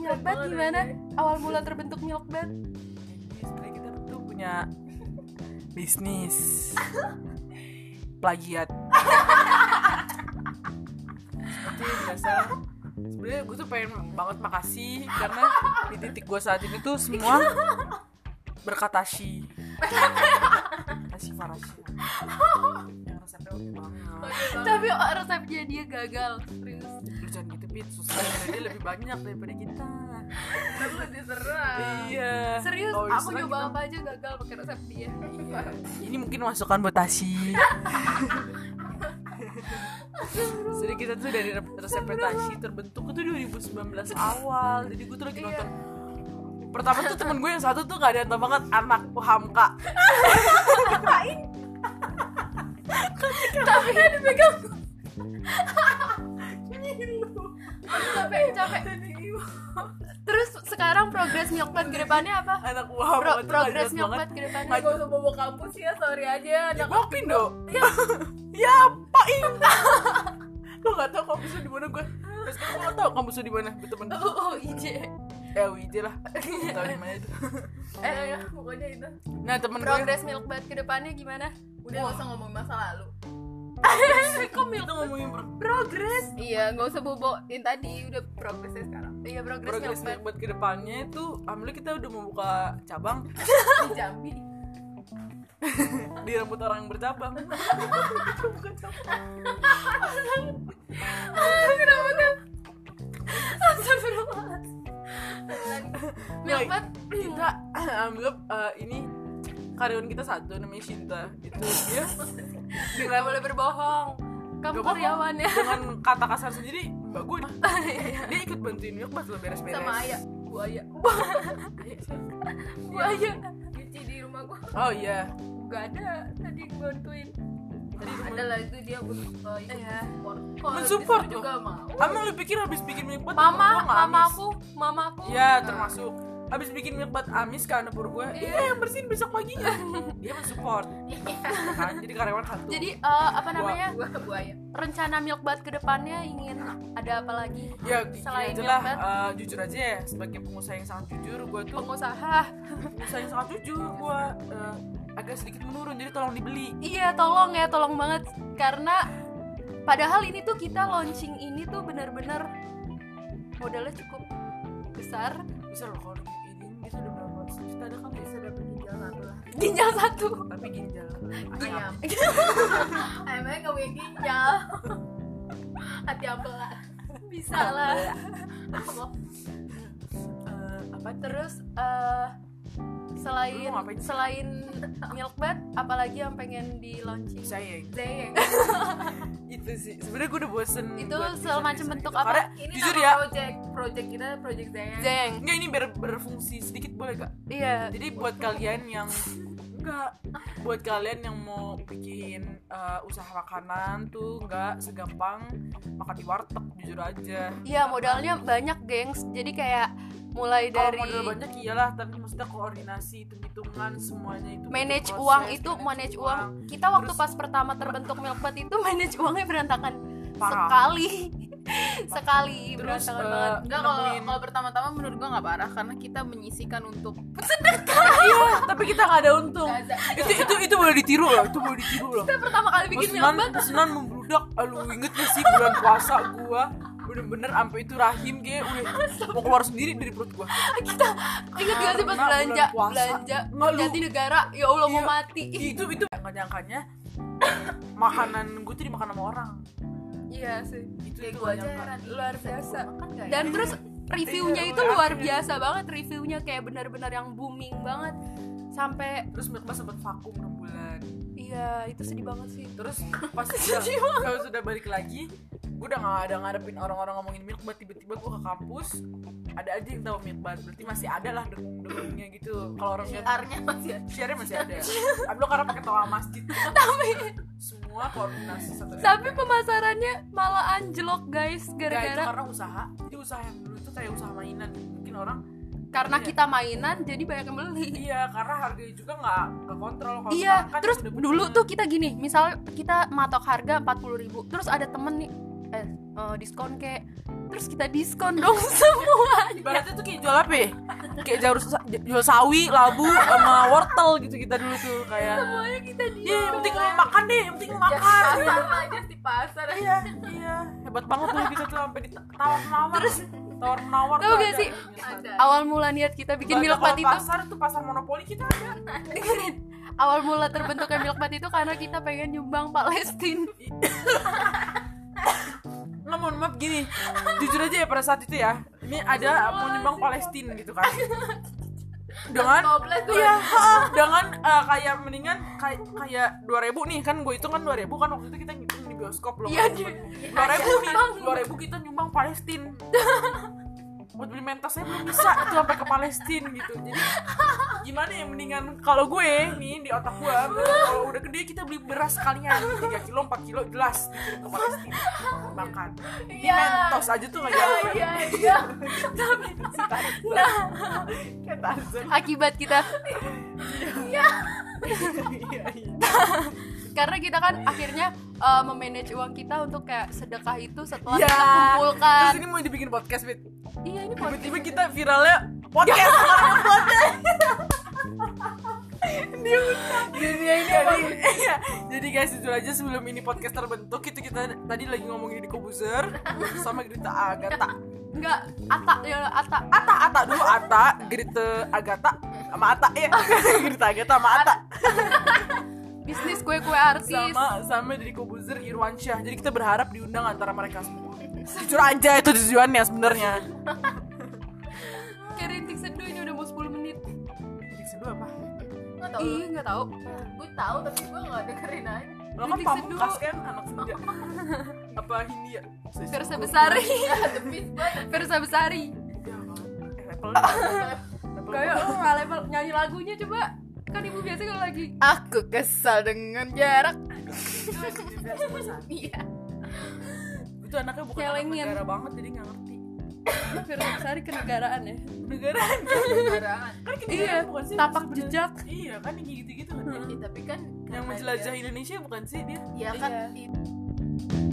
Milkbed gimana? Awal mula terbentuk Milkbed? Jadi sebenarnya kita tuh punya bisnis plagiat. Seperti biasa. Sebenarnya gue tuh pengen banget makasih karena di titik gue saat ini tuh semua berkata Tashi Farashi yang resepnya oke banget. Tapi resepnya dia gagal. Serius. Lu jangan gitu Pit, susah dia lebih banyak daripada kita. Tapi lebih seru. Iya. Serius, Kalau aku diserang nyoba kita- apa aja gagal pakai resep dia. Iya. Ini mungkin masukan buat Tashi. Jadi kita tuh dari resep Tashi terbentuk itu 2019 awal. Jadi gue tuh lagi nonton. Pertama tuh temen gue yang satu tuh gak ada yang tau banget, anak Hamka. Tapi dipegang. Capek. Terus sekarang progres Milkbed ke depannya apa? Anak Hamka tuh Progres gak jelas Milkbed banget. ke depannya. Gak usah bobo kampus ya, sorry aja. Ya gue Pindo. Ya paing. Lo gak tau kampusnya di mana gue. Terus kan gue gak tau kampusnya di mana, temen. Oh, IJ. WJ lah. Gak tau di mana itu. Ya, pokoknya itu. Nah temen gue Progres Milkbed ke depannya gimana? Udah gak usah ngomongin masa lalu. Kok kita ngomongin progres? Iya, gak usah boboin tadi, udah progresnya sekarang. Iya, progres progres Milkbed. buat kedepannya itu alhamdulillah kita udah membuka cabang Di Jambi. di rambut orang yang bercabang. Kenapa tuh? Astagfirullahaladzim. Milkbed Kita alhamdulillah ini karyawan kita satu namanya Shinta itu dia nggak dengan boleh berbohong. Kamu Gak apa-apa. karyawannya. dengan kata kasar sendiri mbak gue dia ikut bantuin Milk lo beres-beres Sama Ayah, buaya. Buaya. Cuci di rumah gua. oh iya Gak ada tadi bantuin. tadi Ada lah itu dia ikut Iya. support. Kalau mensupport disuruh loh juga mau. emang lu pikir habis bikin Milk Mama aku. ya termasuk habis bikin Milk amis kan dapur gue iya yang bersihin besok paginya dia mensupport kan jadi karyawan satu Jadi apa namanya? Gua buaya. Rencana Milkbed ke depannya ingin ada apa lagi? ya Selain gini aja lah Milkbed? jujur aja ya sebagai pengusaha yang sangat jujur gue tuh Pengusaha. pengusaha yang sangat jujur gue agak sedikit menurun jadi tolong dibeli. Iya, tolong banget karena padahal ini tuh kita launching ini tuh benar-benar modalnya cukup besar. Bisa loh kalau ini bisa udah berapa ratus juta ada kali Bisa dapet ginjal satu lah. Ginjal satu. tapi ginjal Ayam. Ayamnya gak punya ginjal. Hati ampela. Bisa lah. apa Terus selain Lu mau ngapain sih? selain Milkbed apalagi yang pengen di launching? saya Zeyeng. itu sih sebenarnya gue udah bosen Itu buat semacam desain bentuk gitu. apa? Karena Ini jujur nama ya project kita project Zeyeng. Zeng. enggak ini berfungsi sedikit boleh gak Iya. jadi buat kalian yang enggak buat kalian yang mau bikin usaha makanan tuh enggak segampang makan di warteg jujur aja. Iya, modalnya banyak, gengs. Jadi kayak mulai Kalau dari modal banyak iyalah, tapi maksudnya koordinasi, hitung-hitungan semuanya itu manage butuh uang proses, itu manage uang. uang. Kita waktu Terus- pas pertama terbentuk Milkbed itu manage uangnya berantakan Parah. sekali Terus berantakan banget. Enggak, kalau pertama-tama menurut gua nggak parah karena kita menyisikan untuk iya, tapi kita nggak ada untung. Gaza. Itu boleh ditiru loh, itu boleh ditiru loh. Kita pertama kali bikin Milkbed Pesanan membludak, lu inget gak sih bulan puasa gua bener-bener sampai itu rahim kayak udah mau keluar sendiri dari perut gua. kita ingat gak sih pas Karena belanja bulan puasa. Nggak, lu- Jatinegara, ya Allah mau Iya. mati. Itu nggak nyangkanya makanan gue tuh dimakan sama orang. Iya sih, Itu kayak tuh gua nggak aja nyangka. heran. luar biasa. Makan nggak ya? Dan terus reviewnya Iya, itu gue luar yakin. biasa banget, reviewnya kayak benar-benar yang booming banget sampai Terus Milkbed sempat vakum 6 bulan. iya itu sedih banget sih. Terus pas kalau sudah balik lagi, gue udah nggak ada ngadepin orang-orang ngomongin Milkbed, tiba-tiba gue ke kampus ada aja yang tahu Milkbed, berarti masih ada lah dengungnya gitu. Kalau orang lihat Siarnya masih ada. share masih ada. Ablo karena pakai toa masjid. Tapi Semua koordinasi satu. tapi pemasarannya malah anjlok guys Nggak, itu gara-gara karena usaha. Jadi usaha yang dulu itu kayak usaha mainan. Mungkin orang karena iya. kita mainan jadi banyak yang beli. Iya, karena harganya juga nggak kontrol. Kalau Iya, sekarang kan terus udah dulu punya. tuh kita gini, misal kita matok harga 40.000, terus ada temen nih diskon kayak terus kita diskon dong semua. Ibaratnya tuh kayak jual apa ya? Kayak jual sawi, labu, sama wortel gitu kita dulu tuh kayak. Semuanya kita diskon. Yang penting lu makan deh, yang penting lu makan. Pasar aja di pasar. Iya, hebat banget tuh kita tuh sampai ditawar-nawar. Terus tawar-menawar. Tahu gak sih? Ada. Awal mula niat kita bikin Milkbud itu, pasar tuh pasar monopoli kita ada. dengerin. Awal mula terbentuknya Milkbud itu karena kita pengen nyumbang Palestina. Nggak, mohon maaf gini, jujur aja ya pada saat itu ya, ini ada mau nyumbang Palestina gitu kan, dengan iya dengan kayak mendingan kayak 2.000 nih kan, gue hitung kan 2.000 kan waktu itu kita ngitung di bioskop loh. Iya, 2.000 nih, 2.000 kita nyumbang Palestina. Buat beli mentosnya belum bisa itu sampai ke Palestina gitu. Jadi gimana ya, mendingan kalau gue nih di otak gue, kalau udah gede kita beli beras sekalian 3 kilo 4 kilo jelas dikirim ke Palestina makan. Ini mentos aja tuh nggak jauh. Iya. Akibat kita karena kita kan akhirnya memanage uang kita untuk kayak sedekah itu setelah kita kumpulkan. Terus ini mau dibikin podcast, Bit. Iya, ini Tiba-tiba kita viralnya podcast. Jadi guys, jujur aja sebelum ini podcast terbentuk itu kita tadi lagi ngomongin di Kobuzer sama Grita Agatha. enggak Ata Ata dulu, Grita Agatha sama Ata ya. Grita Agatha sama Ata. bisnis kue-kue artis. Sama dari Kobuzer Irwansyah. Jadi kita berharap diundang antara mereka semua. Jujur aja itu tujuannya sebenarnya. Kayak rintik seduh, ini udah mau 10 menit. Rintik seduh apa? Nggak tahu. Ih, nggak tahu. Gue tahu tapi gue nggak dengerin aja. Lo kan Rintik Pamungkas seduh. kan anak senja. Apa Hindia? Versa Besari. Demi gue Versa Besari. Apple. Kayak lo nggak level nyanyi lagunya coba. Kan ibu biasa kalau lagi aku kesal dengan jarak. iya. Itu anaknya bukan anak Celengin. negara banget jadi nggak ngerti. Versa Besari kenegaraan ya. Negaraan Negaraan. kan Iya, kenegaraan bukan sih? tapak sebenarnya? jejak. Iya kan yang gitu-gitu kan. Tapi kan Yang menjelajah Indonesia bukan sih dia? ya kan Iya.